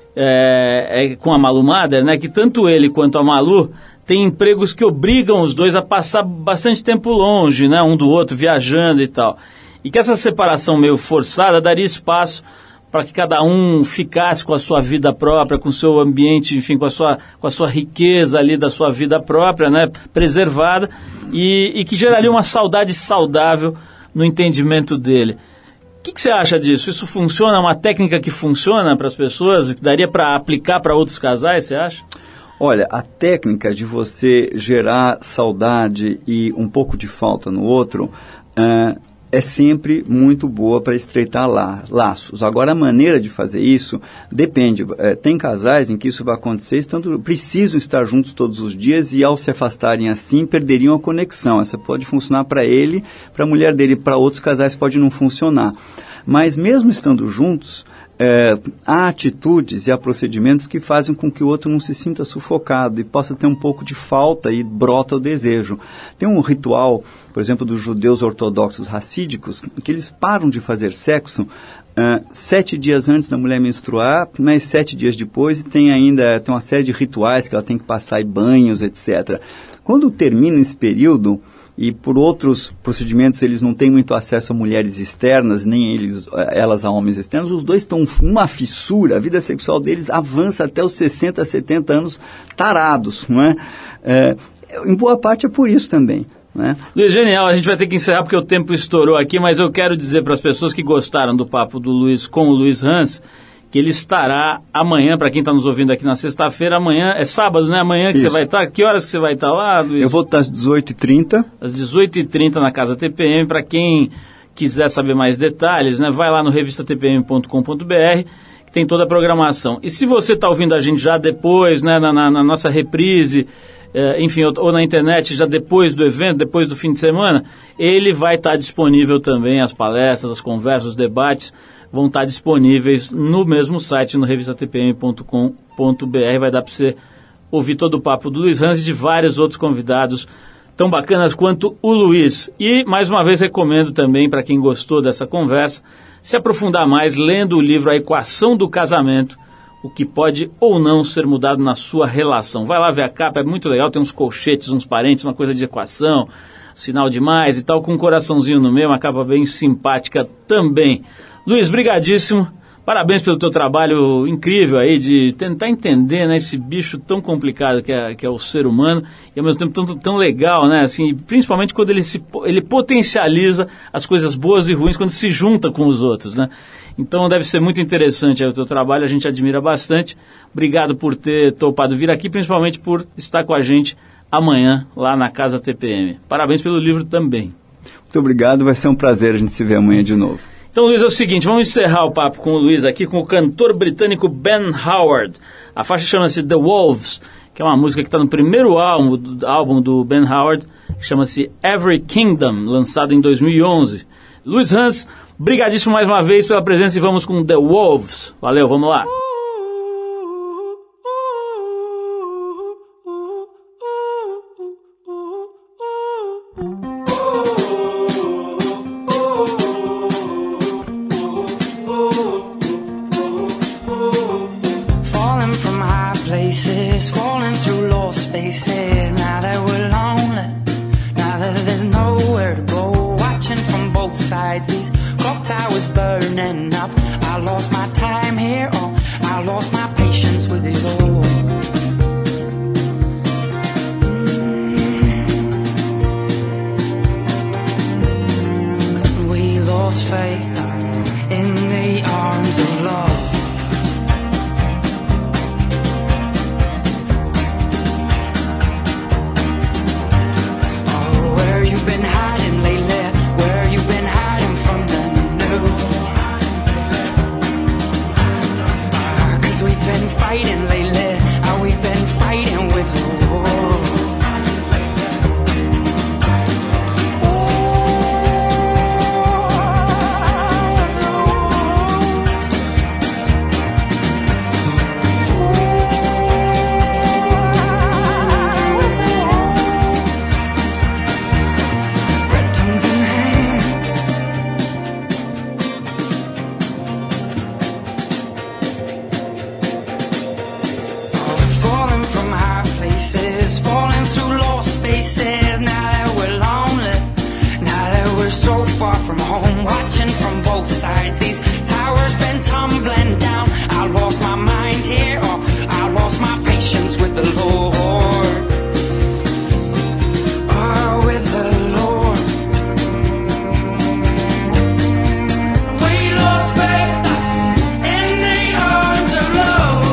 é, é com a Malu Mader, né? Que tanto ele quanto a Malu tem empregos que obrigam os dois a passar bastante tempo longe, né, um do outro, viajando e tal. E que essa separação meio forçada daria espaço para que cada um ficasse com a sua vida própria, com o seu ambiente, enfim, com a sua, com a sua riqueza ali da sua vida própria, né, preservada, e, e que geraria uma saudade saudável no entendimento dele. O que, que você acha disso? Isso funciona? É uma técnica que funciona para as pessoas? Que daria para aplicar para outros casais, você acha? Olha, a técnica de você gerar saudade e um pouco de falta no outro uh, é sempre muito boa para estreitar la- laços. Agora, a maneira de fazer isso depende. Uh, tem casais em que isso vai acontecer, estando, precisam estar juntos todos os dias e, ao se afastarem assim, perderiam a conexão. Essa pode funcionar para ele, para a mulher dele, para outros casais pode não funcionar. Mas mesmo estando juntos, É, há atitudes e há procedimentos que fazem com que o outro não se sinta sufocado e possa ter um pouco de falta e brota o desejo. Tem um ritual, por exemplo, dos judeus ortodoxos racídicos, que eles param de fazer sexo uh, sete dias antes da mulher menstruar, mas sete dias depois, e tem ainda tem uma série de rituais que ela tem que passar, e banhos, etcétera. Quando termina esse período, e por outros procedimentos eles não têm muito acesso a mulheres externas, nem eles, elas a homens externos, os dois estão uma fissura, a vida sexual deles avança até os sessenta, setenta anos tarados, não é? É, em boa parte é por isso também. Né? Luiz, genial, a gente vai ter que encerrar porque o tempo estourou aqui, mas eu quero dizer para as pessoas que gostaram do papo do Luiz com o Luiz Hans, que ele estará amanhã, para quem está nos ouvindo aqui na sexta-feira, amanhã, é sábado, né? Amanhã que Isso. você vai estar, que horas que você vai estar lá, Luiz? Eu vou estar às dezoito e trinta. Às dezoito e trinta na Casa T P M, para quem quiser saber mais detalhes, né? Vai lá no revista t p m ponto com ponto b r, que tem toda a programação. E se você está ouvindo a gente já depois, né, na, na, na nossa reprise, é, enfim, ou, ou na internet já depois do evento, depois do fim de semana, ele vai estar disponível também, as palestras, as conversas, os debates, vão estar disponíveis no mesmo site, no revista t p m ponto com ponto b r. Vai dar para você ouvir todo o papo do Luiz Hans e de vários outros convidados tão bacanas quanto o Luiz. E, mais uma vez, recomendo também, para quem gostou dessa conversa, se aprofundar mais lendo o livro A Equação do Casamento, o que pode ou não ser mudado na sua relação. Vai lá ver a capa, é muito legal, tem uns colchetes, uns parênteses, uma coisa de equação, sinal de mais e tal, com um coraçãozinho no meio, uma capa bem simpática também. Luiz, brigadíssimo, parabéns pelo teu trabalho incrível aí de tentar entender, né, esse bicho tão complicado que é, que é o ser humano e ao mesmo tempo tão, tão legal, né, assim, principalmente quando ele, se, ele potencializa as coisas boas e ruins quando se junta com os outros, né. Então deve ser muito interessante aí o teu trabalho, a gente admira bastante. Obrigado por ter topado vir aqui, principalmente por estar com a gente amanhã lá na Casa T P M. Parabéns pelo livro também. Muito obrigado, vai ser um prazer a gente se ver amanhã de novo. Então, Luiz, é o seguinte, vamos encerrar o papo com o Luiz aqui com o cantor britânico Ben Howard. A faixa chama-se The Wolves, que é uma música que está no primeiro álbum, álbum do Ben Howard, que chama-se Every Kingdom, lançado em dois mil e onze. Luiz Hans, brigadíssimo mais uma vez pela presença e vamos com The Wolves. Valeu, vamos lá. I was burning up. I lost my time here, oh, I lost my patience with it all. Mm. We lost faith in the arms of love. Fighting lately, and we've been fighting with the war. Red tongues in hands. Falling from high places, falling through lost spaces. Now that we're lonely, now that we're so far from home, watching from both sides. These towers been tumbling down. I lost my mind here, oh, I lost my patience with the Lord. Oh, with the Lord. We lost faith in the arms of love.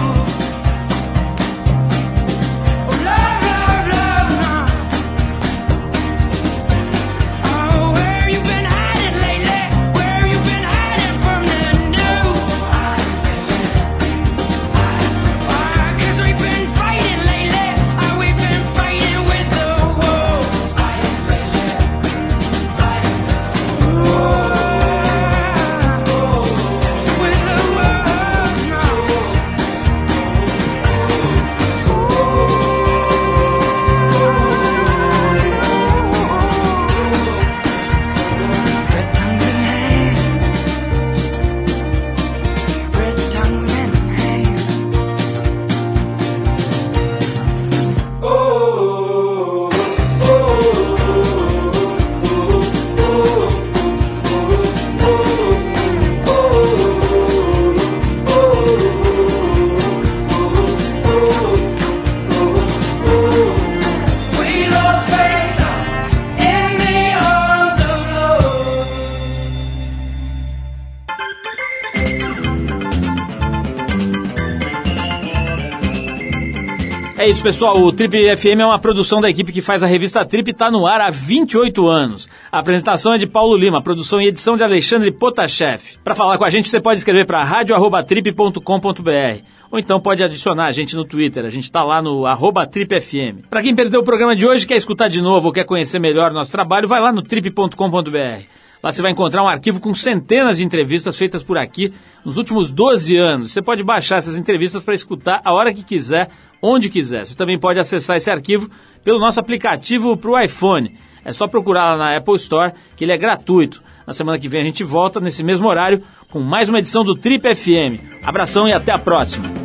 É isso, pessoal. O Trip F M é uma produção da equipe que faz a revista Trip e está no ar há vinte e oito anos. A apresentação é de Paulo Lima, produção e edição de Alexandre Potashev. Para falar com a gente, você pode escrever para rádio arroba trip ponto com ponto b r ou então pode adicionar a gente no Twitter. A gente está lá no arroba Trip F M. Para quem perdeu o programa de hoje, quer escutar de novo ou quer conhecer melhor o nosso trabalho, vai lá no trip ponto com ponto b r. Lá você vai encontrar um arquivo com centenas de entrevistas feitas por aqui nos últimos doze anos. Você pode baixar essas entrevistas para escutar a hora que quiser, onde quiser. Você também pode acessar esse arquivo pelo nosso aplicativo para o iPhone. É só procurar lá na Apple Store, que ele é gratuito. Na semana que vem a gente volta, nesse mesmo horário, com mais uma edição do Trip F M. Abração e até a próxima.